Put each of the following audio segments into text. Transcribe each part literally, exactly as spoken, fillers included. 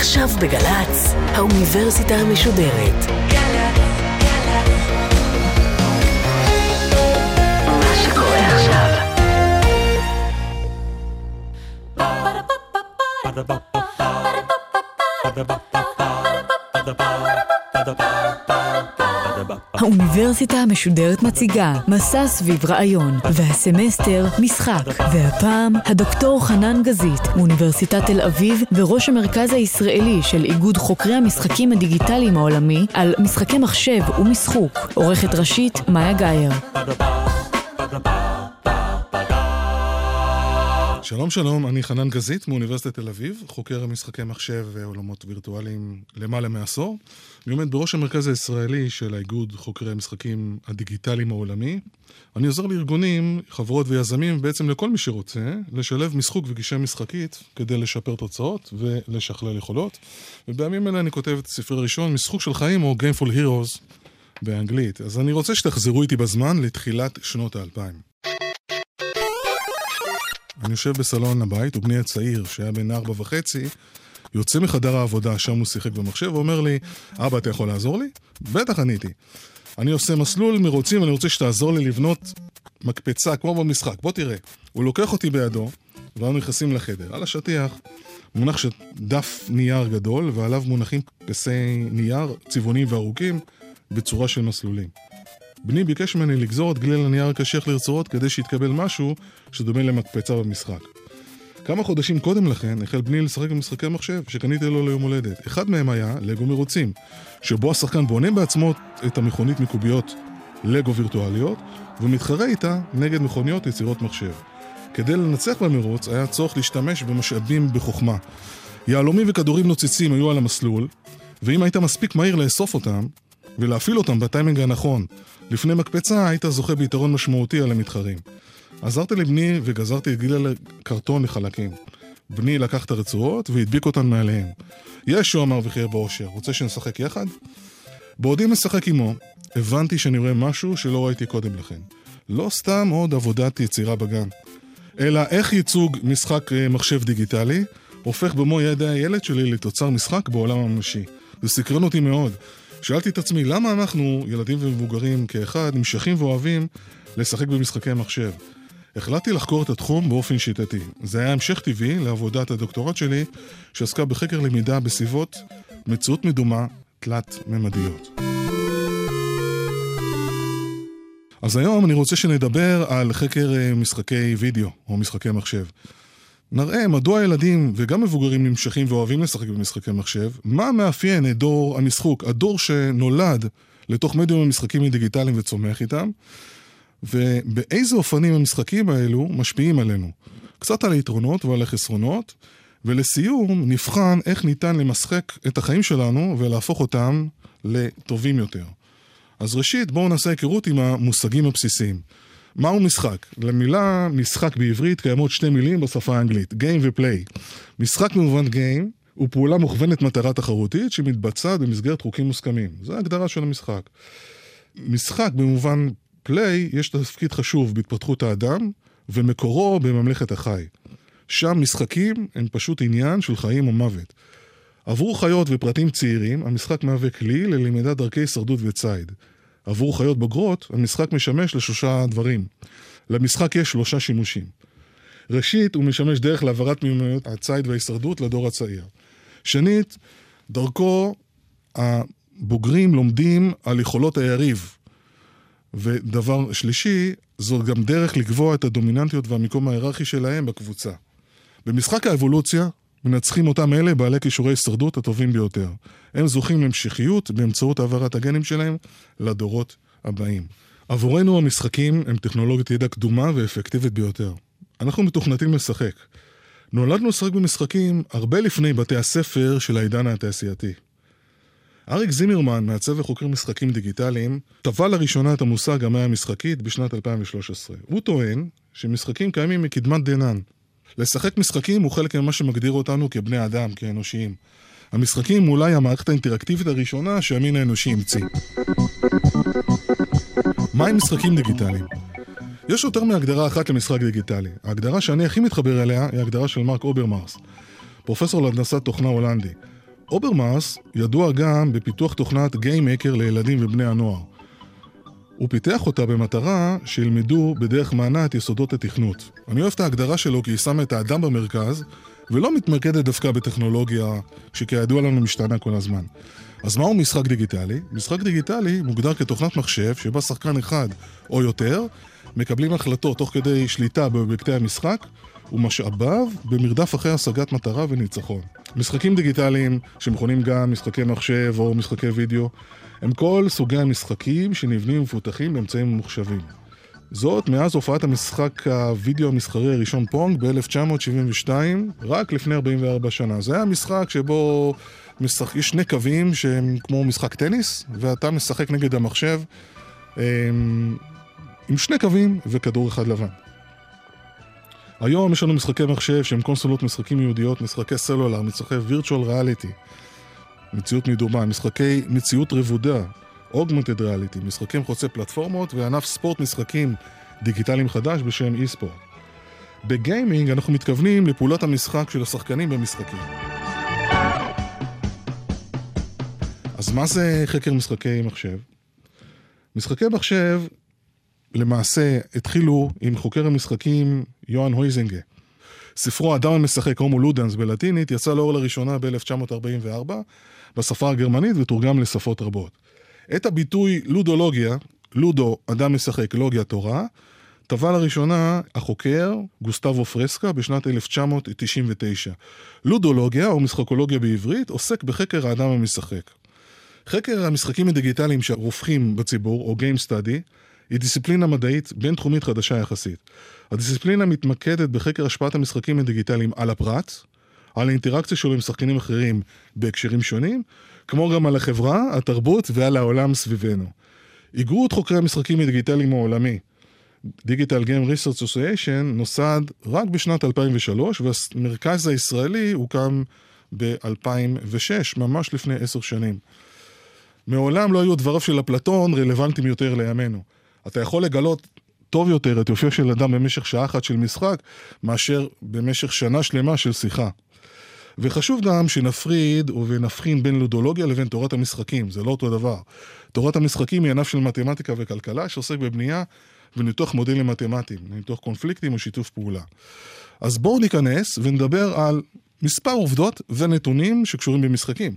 עכשיו בגלץ, האוניברסיטה המשודרת. מה שקורה עכשיו. האוניברסיטה המשודרת מציגה מסע סביב רעיון, והסמסטר משחק, והפעם הדוקטור חנן גזית מאוניברסיטת תל אביב וראש המרכז הישראלי של איגוד חוקרי המשחקים הדיגיטליים העולמי על משחקי מחשב ומשחוק. עורכת ראשית מאיה גייר. שלום שלום, אני חנן גזית מאוניברסיטת תל אביב, חוקר המשחקי מחשב ועולמות וירטואליים למעלה מעשור. אני עומד בראש המרכז הישראלי של האיגוד חוקרי המשחקים הדיגיטליים העולמי. אני עוזר לארגונים, חברות ויזמים, בעצם לכל מי שרוצה, לשלב משחוק וגישה משחקית כדי לשפר תוצאות ולשכלל יכולות. ובימים אלה אני כותב את הספר הראשון, משחוק של חיים או Gameful Heroes באנגלית. אז אני רוצה שתחזרו איתי בזמן לתחילת שנות האלפיים. אני יושב בסלון הבית, ובני הצעיר, שהיה בן ארבע וחצי, יוצא מחדר העבודה, שם הוא שיחק במחשב, ואומר לי, אבא, אתה יכול לעזור לי? בטח עניתי. אני עושה מסלול מרוצים, ואני רוצה שתעזור לי לבנות מקפצה, כמו במשחק. בוא תראה. הוא לוקח אותי בידו, ואנו נכנסים לחדר. על השטיח מונח דף נייר גדול, ועליו מונחים פסי נייר צבעוניים וארוכים, בצורה של מסלולים. בני ביקש ממני לגזור את גליל הנייר הקשיח לרצועות כדי שיתקבל משהו שדומה למקפצה במשחק. כמה חודשים קודם לכן החל בני לשחק במשחקי מחשב שקניתי לו ליום הולדת. אחד מהם היה לגו מרוצים, שבו השחקן בונה בעצמו את המכונית מקוביות לגו וירטואליות ומתחרה איתה נגד מכוניות יצירות מחשב. כדי לנצח במרוץ היה צורך להשתמש במשאבים בחוכמה. יהלומים וכדורים נוצצים היו על המסלול, ואם היית מספיק מהיר לאסוף אותם ולהפעיל אותם בטיימינג הנכון לפני מקפצה, היית זוכה ביתרון משמעותי על המתחרים. עזרתי לבני וגזרתי את גיל הקרטון לחלקים. בני לקח את הרצועות והדביק אותן מעליהם. יש, הוא אמר וחייר באושר, רוצה שנשחק יחד? בעודי משחק עמו, הבנתי שאני רואה משהו שלא ראיתי קודם לכן. לא סתם עוד עבודת יצירה בגן, אלא איך ייצוג משחק מחשב דיגיטלי הופך במו ידי הילד שלי לתוצר משחק בעולם הממשי. זה סקרן אותי מאוד. שאלתי את עצמי, למה אנחנו, ילדים ומבוגרים כאחד, נמשכים ואוהבים לשחק במשחקי מחשב? החלטתי לחקור את התחום באופן שיטתי. זה היה המשך טבעי לעבודת הדוקטורט שלי, שעסקה בחקר למידה בסביבות מציאות מדומה תלת-ממדיות. אז היום אני רוצה שנדבר על חקר משחקי וידאו או משחקי מחשב. נראה מדוע ילדים וגם מבוגרים נמשכים ואוהבים לשחק במשחקי מחשב, מה מאפיין את דור המשחוק, הדור שנולד לתוך מדיום המשחקים הדיגיטליים וצומח איתם, ובאיזה אופנים המשחקים האלו משפיעים עלינו. קצת על היתרונות ועל החסרונות, ולסיום נבחן איך ניתן למשחק את החיים שלנו ולהפוך אותם לטובים יותר. אז ראשית בואו נעשה היכרות עם המושגים הבסיסיים. מהו משחק? למילה משחק בעברית קיימות שתי מילים בשפה האנגלית, game ו-play. משחק במובן game הוא פעולה מוכוונת מטרה תחרותית שמתבצעת במסגרת חוקים מוסכמים. זו ההגדרה של המשחק. משחק במובן play יש תפקיד חשוב בהתפתחות האדם ומקורו בממלכת החי. שם משחקים הם פשוט עניין של חיים או מוות. עבור חיות ופרטים צעירים המשחק מהווה כלי ללמידת דרכי הישרדות וציד. עבור חיות בוגרות, המשחק משמש לשלושה דברים. למשחק יש שלושה שימושים. ראשית, הוא משמש דרך להעברת מיומנויות הציד וההישרדות לדור הצעיר. שנית, דרכו הבוגרים לומדים על יכולות היריב. ודבר שלישי, זאת גם דרך לקבוע את הדומיננטיות והמיקום ההיררכי שלהם בקבוצה. במשחק האבולוציה, מנצחים אותם אלה בעלי כישורי הישרדות הטובים ביותר. הם זוכים למשיכיות באמצעות העברת הגנים שלהם לדורות הבאים. עבורנו המשחקים הם טכנולוגית ידע קדומה ואפקטיבית ביותר. אנחנו מתוכנתים לשחק. נולדנו לשחק במשחקים הרבה לפני בתי הספר של העידן התעשייתי. אריק זימרמן, מעצב וחוקר משחקים דיגיטליים, טבע לראשונה את המושג המאה המשחקית בשנת אלפיים ושלוש עשרה. הוא טוען שמשחקים קיימים מקדמת דנן. לשחק משחקים הוא חלק ממה שמגדיר אותנו כבני אדם, כאנושיים. המשחקים אולי המערכת האינטראקטיבית הראשונה שהמין האנושי המציא. מהי משחקים דיגיטליים? יש יותר מהגדרה אחת למשחק דיגיטלי. ההגדרה שאני הכי מתחבר אליה היא ההגדרה של מרק אוברמארס, פרופסור להנדסת תוכנה הולנדי. אוברמאס ידוע גם בפיתוח תוכנת גיימקר לילדים ובני הנוער. הוא פיתח אותה במטרה שילמדו בדרך מענה את יסודות התכנות. אני אוהב את ההגדרה שלו כי היא שמה את האדם במרכז, ולא מתמקדת דווקא בטכנולוגיה שכידוע לנו משתנה כל הזמן. אז מהו משחק דיגיטלי? משחק דיגיטלי מוגדר כתוכנת מחשב שבה שחקן אחד או יותר מקבלים החלטות תוך כדי שליטה באובייקטי המשחק ומשאביו במרדף אחרי השגת מטרה וניצחון. משחקים דיגיטליים שמכונים גם משחקי מחשב או משחקי וידאו הם כל סוגי המשחקים שנבנים ומפותחים באמצעים ממוחשבים. זאת מאז הופעת המשחק הוידאו המסחרי הראשון פונג ב-אלף תשע מאות שבעים ושתיים, רק לפני ארבעים וארבע שנה. זה היה משחק שבו משחק, יש שני קווים שהם כמו משחק טניס, ואתה משחק נגד המחשב עם, עם שני קווים וכדור אחד לבן. היום יש לנו משחקי מחשב שהם קונסולות משחקים יהודיות, משחקי סלולר, משחקי וירטואל ריאליטי, מציאות מדומה, משחקי מציאות רבודה, augmented reality, משחקים חוצי פלטפורמות וענף ספורט משחקים דיגיטליים חדש בשם אי-ספורט. בגיימינג אנחנו מתכוונים לפעולת המשחק של השחקנים במשחקים. אז מה זה חקר משחקי מחשב? משחקי מחשב למעשה התחילו עם חוקר המשחקים יוהאן הויזינגה. ספרו אדם המשחק, הומו לודנס בלטינית, יצא לאור לראשונה ב-אלף תשע מאות ארבעים וארבע בשפה הגרמנית ותורגם לשפות רבות. את הביטוי לודולוגיה, לודו, אדם משחק, לוגיה, תורה, טבע לראשונה החוקר גוסטבו פרסקה בשנת אלף תשע מאות תשעים ותשע. לודולוגיה, או משחקולוגיה בעברית, עוסק בחקר האדם המשחק. חקר המשחקים הדיגיטליים שהרופחים בציבור, או Game Study, היא דיסציפלינה מדעית בין תחומית חדשה יחסית. הדיסציפלינה מתמקדת בחקר השפעת המשחקים הדיגיטליים על הפרט, על האינטראקציה שלו עם שחקנים אחרים בהקשרים שונים, כמו גם על החברה, התרבות ועל העולם סביבנו. איגוד חוקרי המשחקים הדיגיטליים העולמי, Digital Game Research Association, נוסד רק בשנת אלפיים ושלוש, והמרכז הישראלי הוקם ב-אלפיים ושש, ממש לפני עשר שנים. מעולם לא היו דבריו של אפלטון רלוונטיים יותר לימינו. אתה יכול לגלות טוב יותר את יופיו של אדם במשך שעה אחת של משחק, מאשר במשך שנה שלמה של שיחה. וחשוב גם שנפריד ונבחין בין לודולוגיה לבין תורת המשחקים, זה לא אותו דבר. תורת המשחקים היא ענף של מתמטיקה וכלכלה שעוסק בבנייה וניתוח מודלים מתמטיים, ניתוח קונפליקטים או שיתוף פעולה. אז בואו ניכנס ונדבר על מספר עובדות ונתונים שקשורים במשחקים.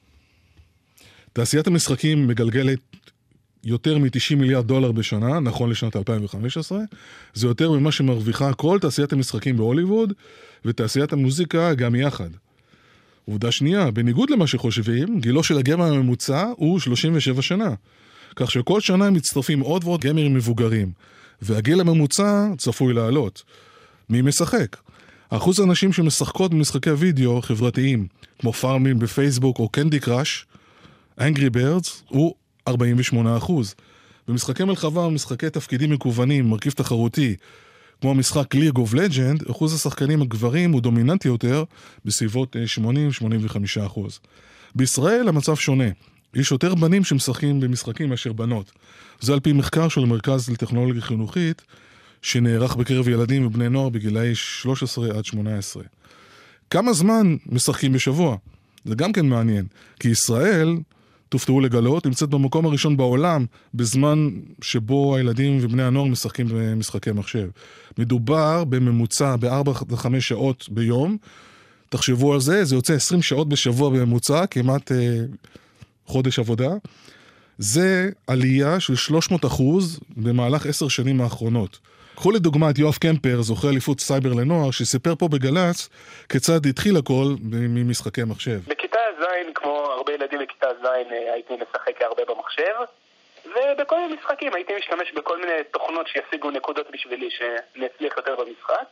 תעשיית המשחקים מגלגלת יותר מ-תשעים מיליארד דולר בשנה, נכון לשנת אלפיים וחמש עשרה. זה יותר ממה שמרוויחה כל תעשיית המשחקים בהוליווד, ותעשיית המוזיקה גם יחד. עובדה שנייה, בניגוד למה שחושבים, גילו של הגמר הממוצע הוא שלושים ושבע שנה. כך שכל שנה הם מצטרפים עוד ועוד גמרים מבוגרים, והגיל הממוצע צפוי לעלות. מי משחק? האחוז האנשים שמשחקות במשחקי וידאו חברתיים, כמו פארמים בפייסבוק או קנדי קראש, אנגרי בירדס, הוא ארבעים ושמונה אחוז. במשחקי מלחמה ומשחקי תפקידים מקוונים, מרכיב תחרותי, כמו המשחק League of Legends, אחוז השחקנים הגברים הוא דומיננטי יותר בסביבות שמונים עד שמונים וחמישה אחוז. בישראל המצב שונה. יש יותר בנים שמשחקים במשחקים מאשר בנות. זה על פי מחקר של המרכז לטכנולוגיה חינוכית, שנערך בקרב ילדים ובני נוער בגילאי שלוש עשרה עד שמונה עשרה. כמה זמן משחקים בשבוע? זה גם כן מעניין, כי ישראל, תופתעו לגלות, נמצאת במקום הראשון בעולם בזמן שבו הילדים ובני הנוער משחקים במשחקי מחשב. מדובר בממוצע ב-ארבע עד חמש שעות ביום. תחשבו על זה, זה יוצא עשרים שעות בשבוע בממוצע, כמעט אה, חודש עבודה. זה עלייה של שלוש מאות אחוז במהלך עשר שנים האחרונות. קחו לדוגמה את יואב קמפר, זוכה אליפות סייבר לנוער, שסיפר פה בגלץ כיצד התחיל הכל ממשחקי מחשב. בכיתה זין, כמו הרבה ילדים בכיתה זין, הייתי משחק הרבה במחשב, ובכל מיני משחקים הייתי משתמש בכל מיני תוכנות שישיגו נקודות בשבילי שנצליח יותר במשחק.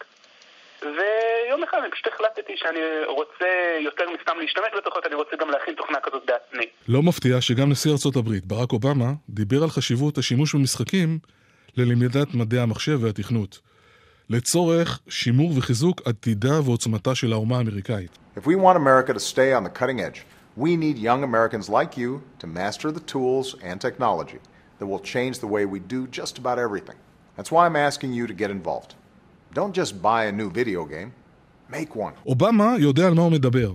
ויום אחד אני פשוט החלטתי שאני רוצה יותר מסתם להשתמש בתוכנות, אני רוצה גם להכין תוכנה כזאת בעצמי. לא מפתיע שגם נשיא ארצות הברית, ברק אובמה, דיבר על חשיבות השימוש במשחקים ללמידת מדעי המחשב והתכנות, לצורך שימור וחיזוק עתידה ועוצמתה של האומה האמריקאית. If we want America to stay on the cutting edge, we need young Americans like you to master the tools and technology that will change the way we do just about everything. That's why I'm asking you to get involved. Don't just buy a new video game, make one. אובמה יודע על מה הוא מדבר.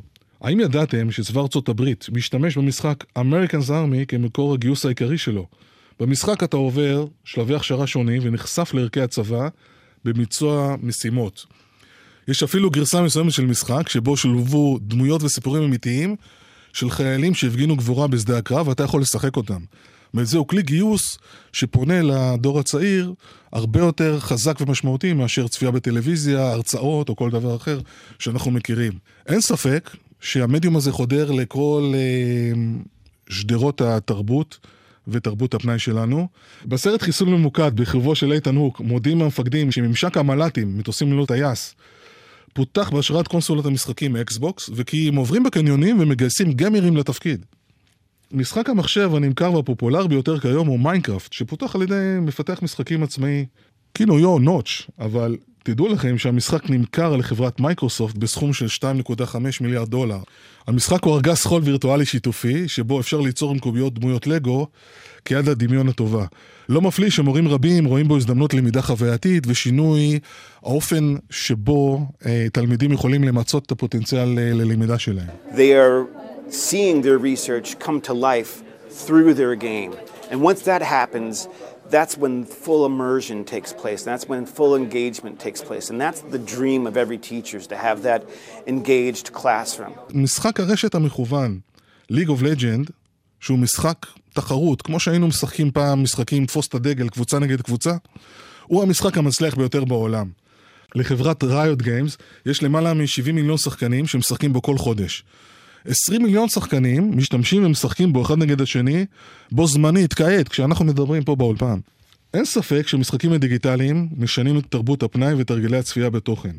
האם ידעתם שצבא ארצות הברית משתמש במשחק American Army כמקור הגיוס העיקרי שלו? במשחק אתה עובר שלבי הכשרה שונים ונחשף לערכי הצבא בביצוע משימות. יש אפילו גרסה מסוימת של משחק שבו שלובו דמויות וסיפורים אמיתיים של חיילים שהפגינו גבורה בשדה הקרב ואתה יכול לשחק אותם. וזהו כלי גיוס שפונה לדור הצעיר הרבה יותר חזק ומשמעותי מאשר צפייה בטלוויזיה, הרצאות או כל דבר אחר שאנחנו מכירים. אין ספק שהמדיום הזה חודר לכל אה, שדרות התרבות ותרבות הפנאי שלנו. בסרט חיסול ממוקד בחירובו של איתן הוק מודיעים המפקדים שממשק המל"טים, מטוסים ללא טייס, פותח בהשראת קונסולת המשחקים אקסבוקס, וכי הם עוברים בקניונים ומגייסים גיימרים לתפקיד. משחק המחשב הנמכר והפופולר ביותר כיום הוא מיינקראפט, שפותח על ידי מפתח משחקים עצמאי, כינויו נוטש, אבל תדעו לכם שהמשחק נמכר לחברת מייקרוסופט בסכום של שתיים נקודה חמש מיליארד דולר. המשחק הוא ארגז חול וירטואלי שיתופי, שבו אפשר ליצור עם קוביות דמויות לגו כיד הדמיון הטובה. לא מפליא שמורים רבים רואים בו הזדמנות למידה חווייתית ושינוי האופן שבו אה, תלמידים יכולים למצות את הפוטנציאל אה, ללמידה שלהם. They are seeing their research come to life through their game. And once that happens, that's when full immersion takes place. That's when full engagement takes place. And that's the dream of every teacher, is to have that engaged classroom. משחק הרשת המכוון, League of Legends, שהוא משחק תחרות, כמו שהיינו משחקים פעם משחקים תפוס את הדגל, קבוצה נגד קבוצה, הוא המשחק המצליח ביותר בעולם. לחברת Riot Games יש למעלה מ-שבעים מיליון שחקנים שמשחקים בו כל חודש. עשרים מיליון שחקנים משתמשים ומשחקים בו אחד נגד השני, בו זמנית, כעת, כשאנחנו מדברים פה באולפן. אין ספק שמשחקים הדיגיטליים משנים את תרבות הפנאי ותרגילי הצפייה בתוכן.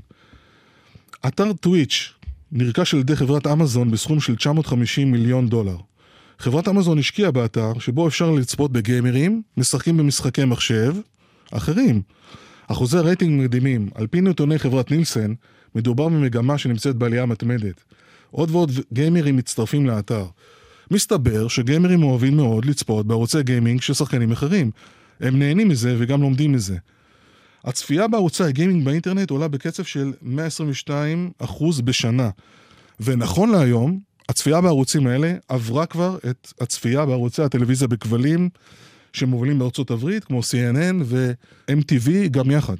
אתר טוויץ' נרכש על ידי חברת אמזון בסכום של תשע מאות וחמישים מיליון דולר. חברת אמזון השקיעה באתר שבו אפשר לצפות בגיימרים, משחקים במשחקי מחשב, אחרים. אחוזי רייטינג מקדימים, על פי נתוני חברת נילסן, מדובר במגמה שנמצאת בעלייה מתמדת. עוד ועוד גיימרים מצטרפים לאתר. מסתבר שגיימרים אוהבים מאוד לצפות בערוצי גיימינג של שחקנים אחרים. הם נהנים מזה וגם לומדים מזה. הצפייה בערוצי הגיימינג באינטרנט עולה בקצב של מאה עשרים ושתיים אחוז בשנה. ונכון להיום, הצפייה בערוצים האלה עברה כבר את הצפייה בערוצי הטלוויזיה בכבלים שמובילים בארצות הברית, כמו סי אן אן ו-אם טי וי גם יחד.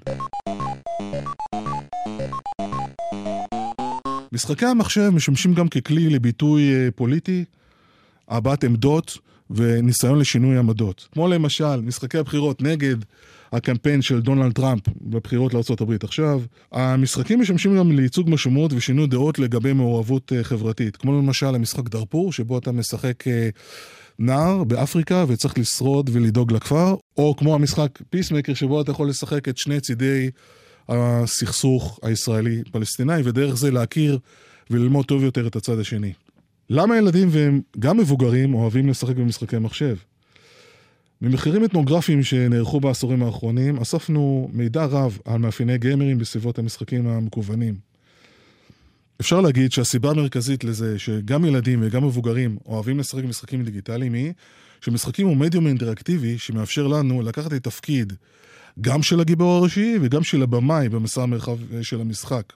משחקי המחשב משמשים גם ככלי לביטוי פוליטי, הבעת עמדות וניסיון לשינוי עמדות. כמו למשל, משחקי הבחירות נגד הקמפיין של דונלד טראמפ בבחירות לארצות הברית עכשיו. המשחקים משמשים גם לייצוג משמעות ושינוי דעות לגבי מעורבות חברתית. כמו למשל המשחק דארפור, שבו אתה משחק נער באפריקה וצריך לשרוד ולדאוג לכפר, או כמו המשחק פיסמקר, שבו אתה יכול לשחק את שני צידי הסכסוך הישראלי-פלסטיני, ודרך זה להכיר וללמוד טוב יותר את הצד השני. למה ילדים והם גם מבוגרים אוהבים לשחק במשחקי מחשב? ממחקרים אתנוגרפיים שנערכו בעשורים האחרונים, אספנו מידע רב על מאפייני גיימרים בסביבות המשחקים המקוונים. אפשר להגיד שהסיבה המרכזית לזה שגם ילדים וגם מבוגרים אוהבים לשחק במשחקים דיגיטליים היא שמשחקים הוא מדיום אינטראקטיבי שמאפשר לנו לקחת את תפקיד גם של הגיבור הראשי וגם של הבמאי במסע המרחב של המשחק.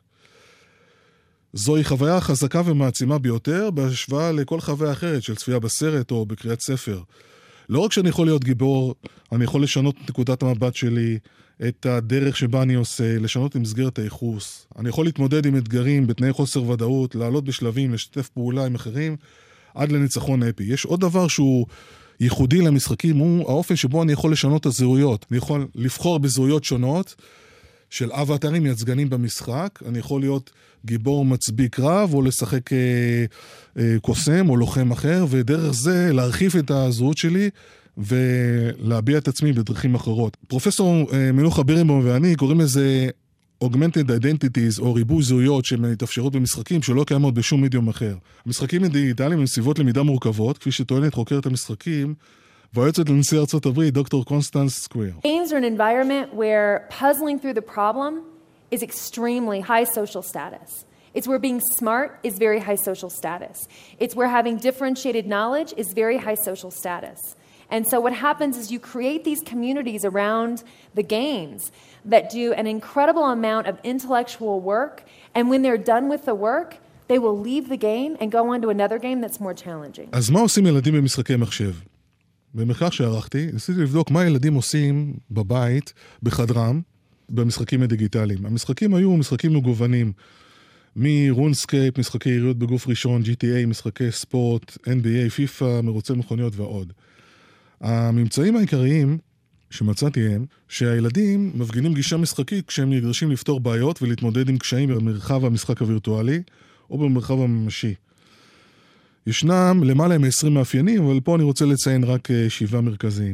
זוהי חוויה חזקה ומעצימה ביותר בהשוואה לכל חוויה אחרת של צפייה בסרט או בקריאת ספר. לא רק שאני יכול להיות גיבור, אני יכול לשנות את נקודת המבט שלי, את הדרך שבה אני עושה, לשנות את מסגרת הייחוס. אני יכול להתמודד עם אתגרים בתנאי חוסר ודאות, לעלות בשלבים, לשתף פעולה עם אחרים, עד לניצחון אפי. יש עוד דבר שהוא ייחודי למשחקים, הוא האופן שבו אני יכול לשנות את הזהויות. אני יכול לבחור בזהויות שונות של אבטרים מייצגנים במשחק. אני יכול להיות גיבור מצביא קרב, או לשחק אה, אה, קוסם, או לוחם אחר, ודרך זה להרחיב את הזהות שלי, ולהביע את עצמי בדרכים אחרות. פרופסור אה, מנוחה בירנבאום ואני קוראים לזה Augmented Identities, או ריבוי זהויות שמתאפשרות במשחקים שלא קיימות בשום מדיום אחר. המשחקים הדיגיטליים הם סביבות למידה מורכבות, כפי שטוענת חוקרת המשחקים, והיועצת לנשיא ארצות הברית, דוקטור קונסטנס סקוויר. Games are an environment where puzzling through the problem is extremely high social status. It's where being smart is very high social status. It's where having differentiated knowledge is very high social status. And so what happens is you create these communities around the games that do an incredible amount of intellectual work, and when they're done with the work, they will leave the game and go on to another game that's more challenging. אז מה עושים ילדים במשחקי מחשב? במחקר שערכתי, ניסיתי לבדוק מה ילדים עושים בבית, בחדרם, במשחקים הדיגיטליים. המשחקים היו משחקים מגוונים, מרונסקייפ, משחקי יריות בגוף ראשון, ג'י טי איי, משחקי ספורט, אן בי איי, פיפה, מרוצי מכוניות ועוד. הממצאים העיקריים שמצאתי הם שהילדים מפגינים גישה משחקית כשהם נדרשים לפתור בעיות ולהתמודד עם קשיים במרחב המשחק הווירטואלי או במרחב הממשי. ישנם למעלה מ-עשרים מאפיינים, אבל פה אני רוצה לציין רק שבעה מרכזיים.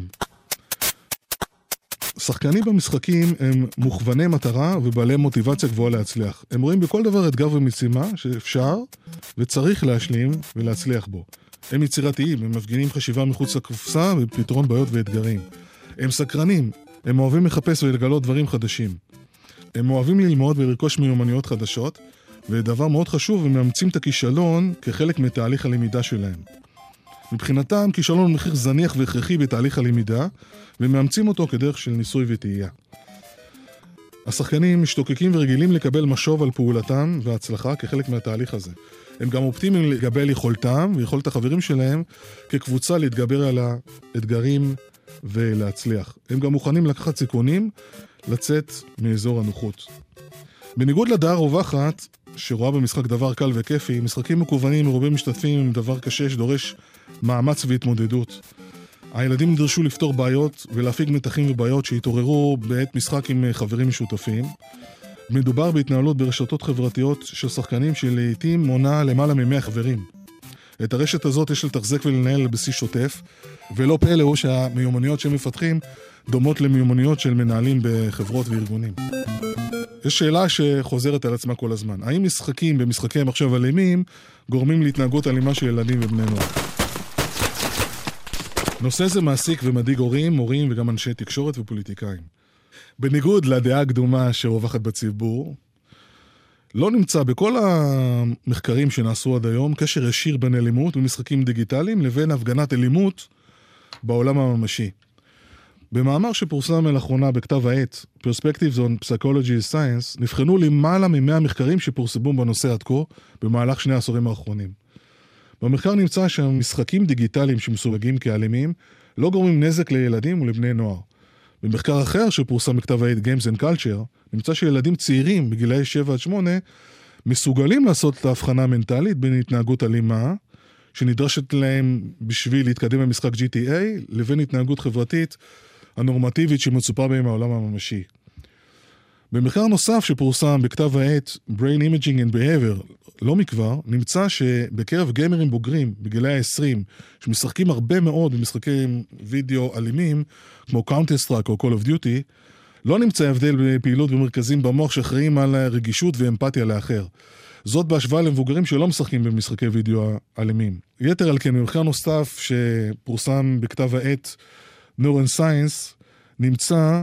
שחקנים במשחקים הם מוכווני מטרה ובעלי מוטיבציה גבוהה להצליח. הם רואים בכל דבר אתגר ומשימה שאפשר וצריך להשלים ולהצליח בו. הם יצירתיים, הם מפגינים חשיבה מחוץ לקופסה ופתרון בעיות ואתגרים. הם סקרנים, הם אוהבים לחפש ולגלות דברים חדשים. הם אוהבים ללמוד ולרכוש מיומנויות חדשות, ודבר מאוד חשוב, הם מאמצים את הכישלון כחלק מתהליך הלמידה שלהם. מבחינתם, כישלון הוא מחיר זניח והכרחי בתהליך הלמידה, ומאמצים אותו כדרך של ניסוי וטעייה. השחקנים משתוקקים ורגילים לקבל משוב על פעולתם וההצלחה כחלק מהתהליך הזה. הם גם אופטימיים לגבי יכולתם ויכולת החברים שלהם כקבוצה להתגבר על האתגרים ולהצליח. הם גם מוכנים לקחת סיכונים, לצאת מאזור הנוחות. בניגוד לדעה רווחת, שרואה במשחק דבר קל וכיפי, משחקים מקוונים מרובי משתתפים עם דבר קשה שדורש מאמץ והתמודדות. הילדים נדרשו לפתור בעיות ולהפיג מתחים ובעיות שהתעוררו בעת משחק עם חברים משותפים. מדובר בהתנהלות ברשתות חברתיות של שחקנים שלעיתים מונה למעלה ממאה חברים. את הרשת הזאת יש לתחזק ולנהל על בסיס שוטף, ולא פלא הוא שהמיומנויות שהם מפתחים דומות למיומנויות של מנהלים בחברות וארגונים. יש שאלה שחוזרת על עצמה כל הזמן. האם משחקים במשחקי מחשב אלימים גורמים להתנהגות אלימה של ילדים ובני נוער? נושא זה מעסיק ומדאיג הורים, מורים וגם אנשי תקשורת ופוליטיקאים. בניגוד לדעה הקדומה שרווחת בציבור, לא נמצא בכל המחקרים שנעשו עד היום קשר ישיר בין אלימות במשחקים דיגיטליים לבין הפגנת אלימות בעולם הממשי. במאמר שפורסם לאחרונה בכתב העת Perspectives on Psychology Science, נבחנו למעלה ממאה מחקרים שפורסמו בנושא עד כה במהלך שני העשורים האחרונים. במחקר נמצא שהמשחקים דיגיטליים שמסווגים כאלימים לא גורמים נזק לילדים ולבני נוער. במחקר אחר שפורסם בכתב העת Games and Culture, נמצא שילדים צעירים בגילאי שבע עד שמונה מסוגלים לעשות את ההבחנה המנטלית בין התנהגות אלימה, שנדרשת להם בשביל להתקדם במשחק ג'י טי איי, לבין התנהגות חברתית הנורמטיבית שמצופה בהם העולם הממשי. במחקר נוסף שפורסם בכתב העת Brain Imaging and Behavior, לא מכבר, נמצא שבקרב גיימרים בוגרים בגילי ה-עשרים, שמשחקים הרבה מאוד במשחקי וידאו אלימים, כמו Counter-Strike או Call of Duty, לא נמצא הבדל בפעילות במרכזים במוח שאחראים על רגישות ואמפתיה לאחר. זאת בהשוואה למבוגרים שלא משחקים במשחקי וידאו אלימים. יתר על כן, במחקר נוסף שפורסם בכתב העת Neuroscience, נמצא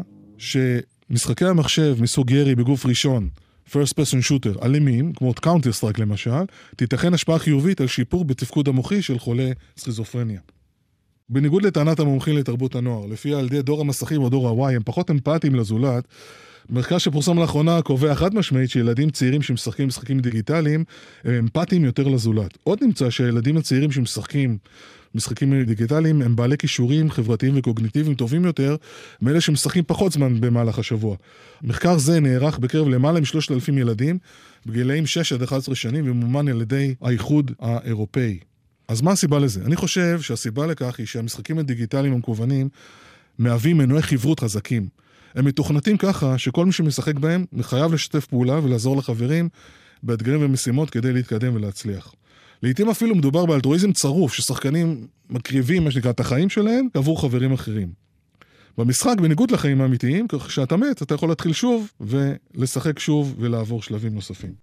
שמשחקי המחשב מסוג ירי בגוף ראשון, First Person Shooter, אלימים, כמו Counter-Strike למשל, תיתכן השפעה חיובית על שיפור בתפקוד המוחי של חולי סכיזופרניה. בניגוד לטענת המומחים לתרבות הנוער, לפי על ידי דור המסכים או דור ה-Y, הם פחות אמפתיים לזולת, מחקר שפורסם לאחרונה קובע חד משמעית שילדים צעירים שמשחקים משחקים דיגיטליים הם אמפתיים יותר לזולת. עוד נמצא שהילדים הצעירים שמשחקים משחקים דיגיטליים הם בעלי כישורים חברתיים וקוגניטיביים טובים יותר מאלה שמשחקים פחות זמן במהלך השבוע. מחקר זה נערך בקרב למעלה משלושת אלפים ילדים בגילאים שש עד אחת עשרה שנים ומומן על ידי האיחוד האירופאי. אז מה הסיבה לזה? אני חושב שהסיבה לכך היא שהמשחקים הדיגיטליים המקוונים מהווים מנועי חברות חזקים. הם מתוכנתים ככה שכל מי שמשחק בהם מחייב לשתף פעולה ולעזור לחברים באתגרים ומשימות כדי להתקדם ולהצליח. לעתים אפילו מדובר באלטרואיזם צרוף ששחקנים מקריבים מה שנקרא את החיים שלהם עבור חברים אחרים. במשחק בניגוד לחיים האמיתיים, כך שאתה מת, אתה יכול להתחיל שוב ולשחק שוב ולעבור שלבים נוספים.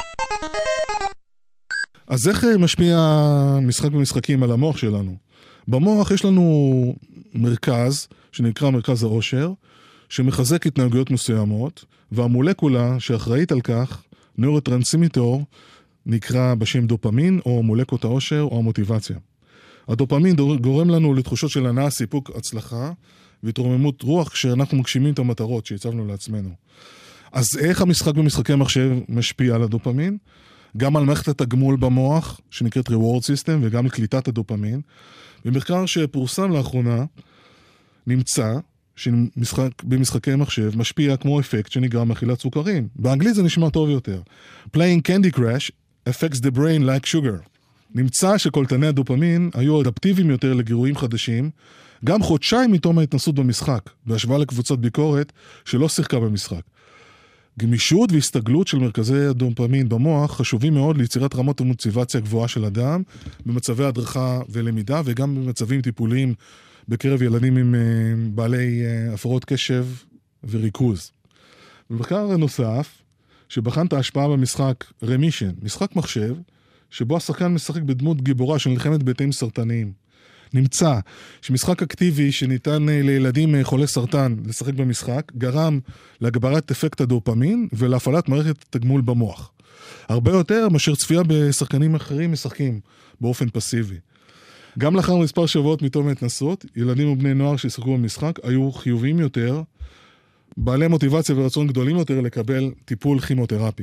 אז איך משפיע משחק במשחקים על המוח שלנו? במוח יש לנו מרכז שנקרא מרכז העושר, שמחזק התנהגויות מסוימות, והמולקולה שאחראית על כך, נוירוטרנסמיטור, נקרא בשם דופמין או מולקות העושר או המוטיבציה. הדופמין גורם לנו לתחושות של הנאה, סיפוק, הצלחה והתרוממות רוח כשאנחנו מגשימים את המטרות שהצבנו לעצמנו. אז איך המשחק במשחקי מחשב משפיע על הדופמין? גם על מערכת התגמול במוח, שנקראת reward system, וגם על קליטת הדופמין. במחקר שפורסם לאחרונה, נמצא שבמשחקי מחשב משפיע כמו אפקט שנגרם מאכילת סוכרים. באנגלית זה נשמע טוב יותר. Playing Candy Crush affects the brain like sugar. נמצא שקולטני הדופמין היו אדפטיביים יותר לגירויים חדשים, גם חודשיים מתום ההתנסות במשחק, בהשוואה לקבוצות ביקורת שלא שיחקה במשחק. גמישות והסתגלות של מרכזי הדופמין במוח חשובים מאוד ליצירת רמות ומוטיבציה גבוהה של אדם, במצבי הדרכה ולמידה, וגם במצבים טיפוליים בקרב ילדים עם בעלי הפרעות קשב וריכוז. במחקר נוסף, שבחן את ההשפעה במשחק רמישן, משחק מחשב, שבו השחקן משחק בדמות גיבורה שנלחמת בתאים סרטניים. נמצא שמשחק אקטיבי שניתן לילדים חולי סרטן לשחק במשחק, גרם להגברת אפקט הדופמין ולהפעלת מערכת תגמול במוח. הרבה יותר מאשר צפייה בשחקנים אחרים משחקים באופן פסיבי. גם לאחר מספר שבועות מתום ההתנסות, ילדים ובני נוער ששיחקו במשחק היו חיוביים יותר, בעלי מוטיבציה ורצון גדולים יותר לקבל טיפול כימותרפי.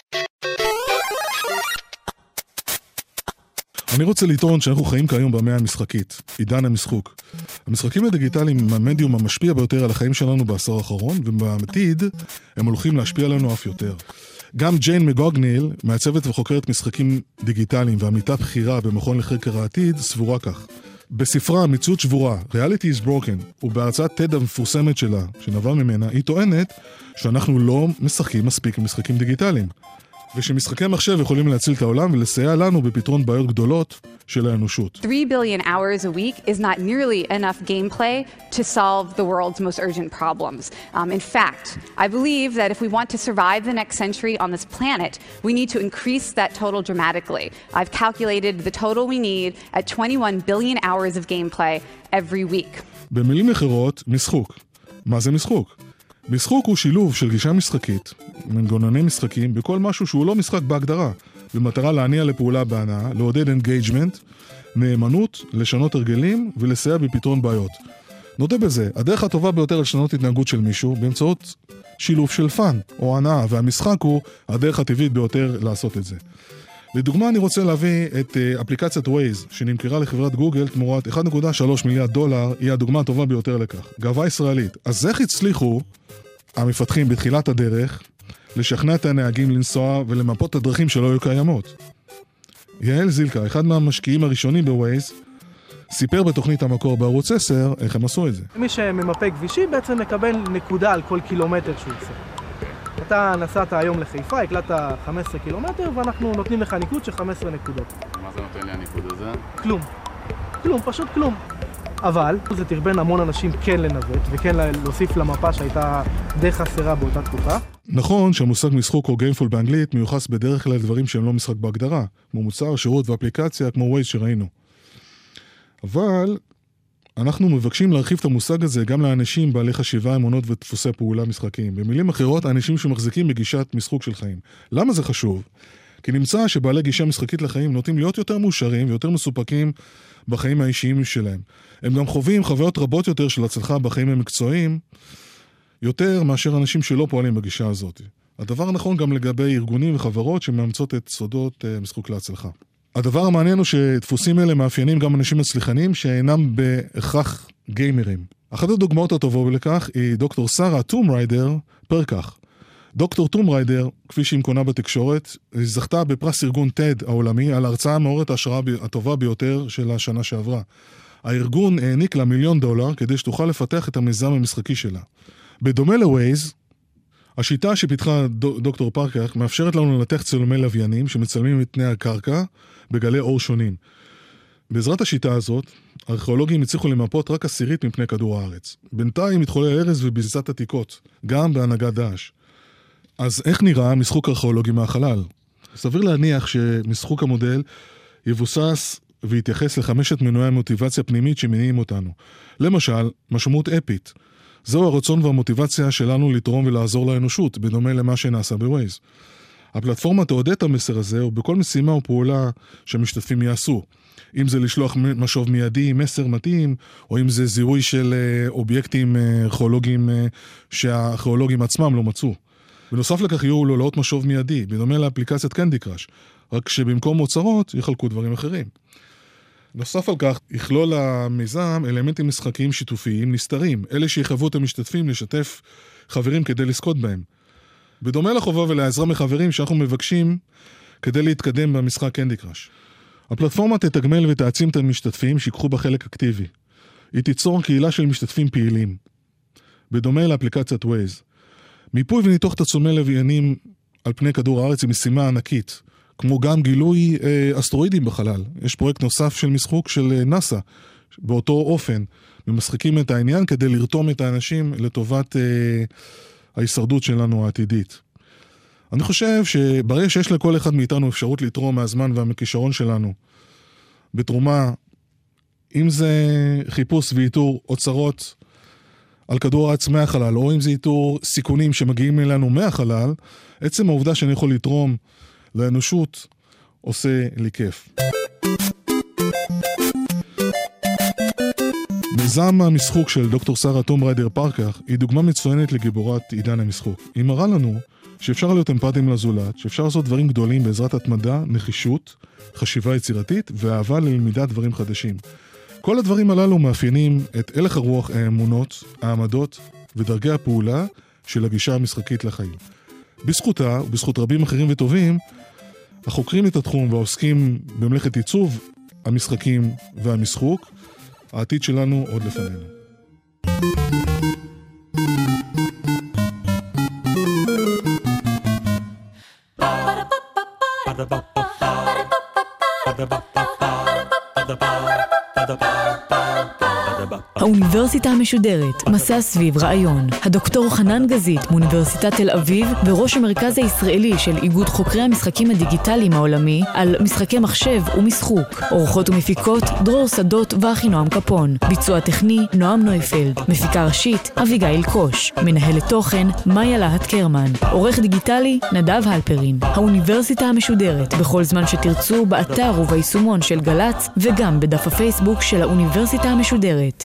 אני רוצה לטעון שאנחנו חיים כיום במאה המשחקית, עידן המשחוק. המשחקים הדיגיטליים הם המדיום המשפיע ביותר על החיים שלנו בעשור האחרון, ובעתיד הם הולכים להשפיע עלינו אף יותר. גם ג'יין מגוגניל, מעצבת וחוקרת משחקים דיגיטליים ועמיתה בחירה במכון לחקר העתיד, סבורה כך. בספרה מציאות שבורה, Reality is Broken, ובהרצאת טד המפורסמת שלה, שנבע ממנה, היא טוענת שאנחנו לא משחקים מספיק עם משחקים דיגיטליים. ושמשחקי מחשב יכולים להציל את העולם ולסייע לנו בפתרון בעיות גדולות של האנושות. three billion hours a week is not nearly enough gameplay to solve the world's most urgent problems. Um, in fact, I believe that if we want to survive the next century on this planet, we need to increase that total dramatically. I've calculated the total we need at twenty-one billion hours of gameplay every week. במילים אחרות, משחוק. מה זה משחוק? משחוק הוא שילוב של גישה משחקית, מנגנוני משחקים, בכל משהו שהוא לא משחק בהגדרה, במטרה להניע לפעולה בהנאה, לעודד אנגייג'מנט, נאמנות, לשנות הרגלים ולסייע בפתרון בעיות. נודה בזה, הדרך הטובה ביותר לשנות התנהגות של מישהו, באמצעות שילוב של פן או הנאה, והמשחק הוא הדרך הטבעית ביותר לעשות את זה. לדוגמה, אני רוצה להביא את אפליקציית Waze, שנמכרה לחברת גוגל תמורת אחד נקודה שלוש מיליארד דולר, היא הדוגמה הטובה ביותר לכך. גאווה ישראלית. אז איך הצליחו המפתחים בתחילת הדרך לשכנע את הנהגים לנסוע ולמפות את הדרכים שלא היו קיימות? יעל זילקה, אחד מהמשקיעים הראשונים בווייז, סיפר בתוכנית המקור בערוץ עשר איך הם עשו את זה. מי שממפה כבישי בעצם מקבל נקודה על כל קילומטר שהוא עושה. אתה נסעת היום לחיפה, הקלטת חמישה עשר קילומטר, ואנחנו נותנים לך ניקוד של חמש עשרה נקודות. מה זה נותן לי הניקוד הזה? כלום. כלום, פשוט כלום. אבל זה תרבן המון אנשים כן לנווט, וכן להוסיף למפה שהייתה די חסרה באותה תקופה. נכון שהמושג משחוק או גיימפול באנגלית מיוחס בדרך כלל לדברים שהם לא משחק בהגדרה, כמו מוצר, שירות ואפליקציה, כמו ווייז שראינו. אבל אנחנו מבקשים להרחיב את המושג הזה גם לאנשים בעלי חשיבה, אמונות ודפוסי פעולה משחקיים. במילים אחרות, האנשים שמחזיקים בגישת משחוק של חיים. למה זה חשוב? כי נמצא שבעלי גישה משחקית לחיים נוטים להיות יותר מאושרים ויותר מסופקים בחיים האישיים שלהם. הם גם חווים חוויות רבות יותר של הצלחה בחיים המקצועיים, יותר מאשר אנשים שלא פועלים בגישה הזאת. הדבר נכון גם לגבי ארגונים וחברות שמאמצות את סודות משחוק להצלחה. הדבר המעניין הוא שדפוסים אלה מאפיינים גם אנשים מצליחנים שאינם בהכרח גיימרים. אחת הדוגמאות הטובות לכך היא דוקטור שרה טום ריידר פרקח. דוקטור טום ריידר, כפי שהיא מקונה בתקשורת, זכתה בפרס ארגון טד העולמי על ההרצאה המעוררת ההשראה הטובה ביותר של השנה שעברה. הארגון העניק לה מיליון דולר כדי שתוכל לפתח את המיזם המשחקי שלה. בדומה לווייז, השיטה שפיתחה דוקטור פרקח מאפשרת לנו לנתח צילומי לוויינים שמצלמים את פני הקרקע בגלי אור שונים. בעזרת השיטה הזאת, הארכיאולוגים הצליחו למפות רק עשירית מפני כדור הארץ. בינתיים התחולל הרס וביזת עתיקות, גם בהנהגת דאעש. אז איך נראה משחוק ארכיאולוגי מהחלל? סביר להניח שמשחוק המודל יבוסס ויתייחס לחמשת מנועי המוטיבציה פנימית שמניעים אותנו. למשל, משמעות אפית. זהו הרצון והמוטיבציה שלנו לתרום ולעזור לאנושות, בדומה למה שנעשה בווייז. הפלטפורמה תעודד את המסר הזה, ובכל משימה ופעולה שהמשתתפים יעשו. אם זה לשלוח משוב מיידי, מסר מתאים, או אם זה זיהוי של אובייקטים ארכיאולוגיים שהארכיאולוגים עצמם לא מצאו. בנוסף לכך יהיו לולאות משוב מיידי, בדומה לאפליקציית קנדי קראש, רק שבמקום אוצרות יחלקו דברים אחרים. נוסף על כך, יכלול המיזם אלמנטים משחקיים שיתופיים נסתרים, אלה שיחוו את המשתתפים לשתף חברים כדי לזכות בהם. בדומה לחובה ולעזרה מחברים שאנחנו מבקשים כדי להתקדם במשחק קנדי קראש. הפלטפורמה תתגמל ותעצים את המשתתפים שיקחו בחלק אקטיבי. היא תיצור קהילה של משתתפים פעילים. בדומה לאפליקציית ווייז. מיפוי וניתוח תצלומי לוויינים על פני כדור הארץ היא משימה ענקית, כמו גם גילוי אה, אסטרואידים בחלל. יש פרויקט נוסף של משחוק של אה, נאסא, באותו אופן, ומשחקים את העניין כדי לרתום את האנשים לטובת אה, ההישרדות שלנו העתידית. אני חושב שברגע שיש לכל אחד מאיתנו אפשרות לתרום מהזמן והכישרון שלנו, בתרומה, אם זה חיפוש ואיתור אוצרות על כדור הארץ מהחלל, או אם זה איתור סיכונים שמגיעים אלינו מהחלל, עצם העובדה שאני יכול לתרום לאנושות עושה לי כיף. מיזם המשחוק של דוקטור שרה טום ריידר פרקר היא דוגמה מצוינת לגיבורת עידן המשחוק. היא מראה לנו שאפשר להיות אמפתיים לזולת, שאפשר לעשות דברים גדולים בעזרת התמדה, נחישות, חשיבה יצירתית ואהבה ללמידת דברים חדשים. כל הדברים הללו מאפיינים את הלך הרוח, האמונות, העמדות ודרגי הפעולה של הגישה המשחקית לחיים. בזכותה ובזכות רבים אחרים וטובים, החוקרים את התחום והעוסקים במלאכת עיצוב המשחקים והמשחוק, העתיד שלנו עוד לפנינו. האוניברסיטה המשודרת, מסע סביב רעיון. הדוקטור חנן גזית מאוניברסיטת תל אביב וראש המרכז הישראלי של איגוד חוקרי המשחקים הדיגיטליים העולמי על משחקי מחשב ומשחוק. אורחות ומפיקות דרור שדות ואחינועם קפון. ביצוע טכני נועם נויפלד. מפיקה ראשית אביגיל קוש. מנהלת תוכן מאיה להט קרמן. עורך דיגיטלי נדב הלפרין. האוניברסיטה המשודרת בכל זמן שתרצו באתר וביישומון של גלץ וגם בדף הפייסבוק של האוניברסיטה המשודרת.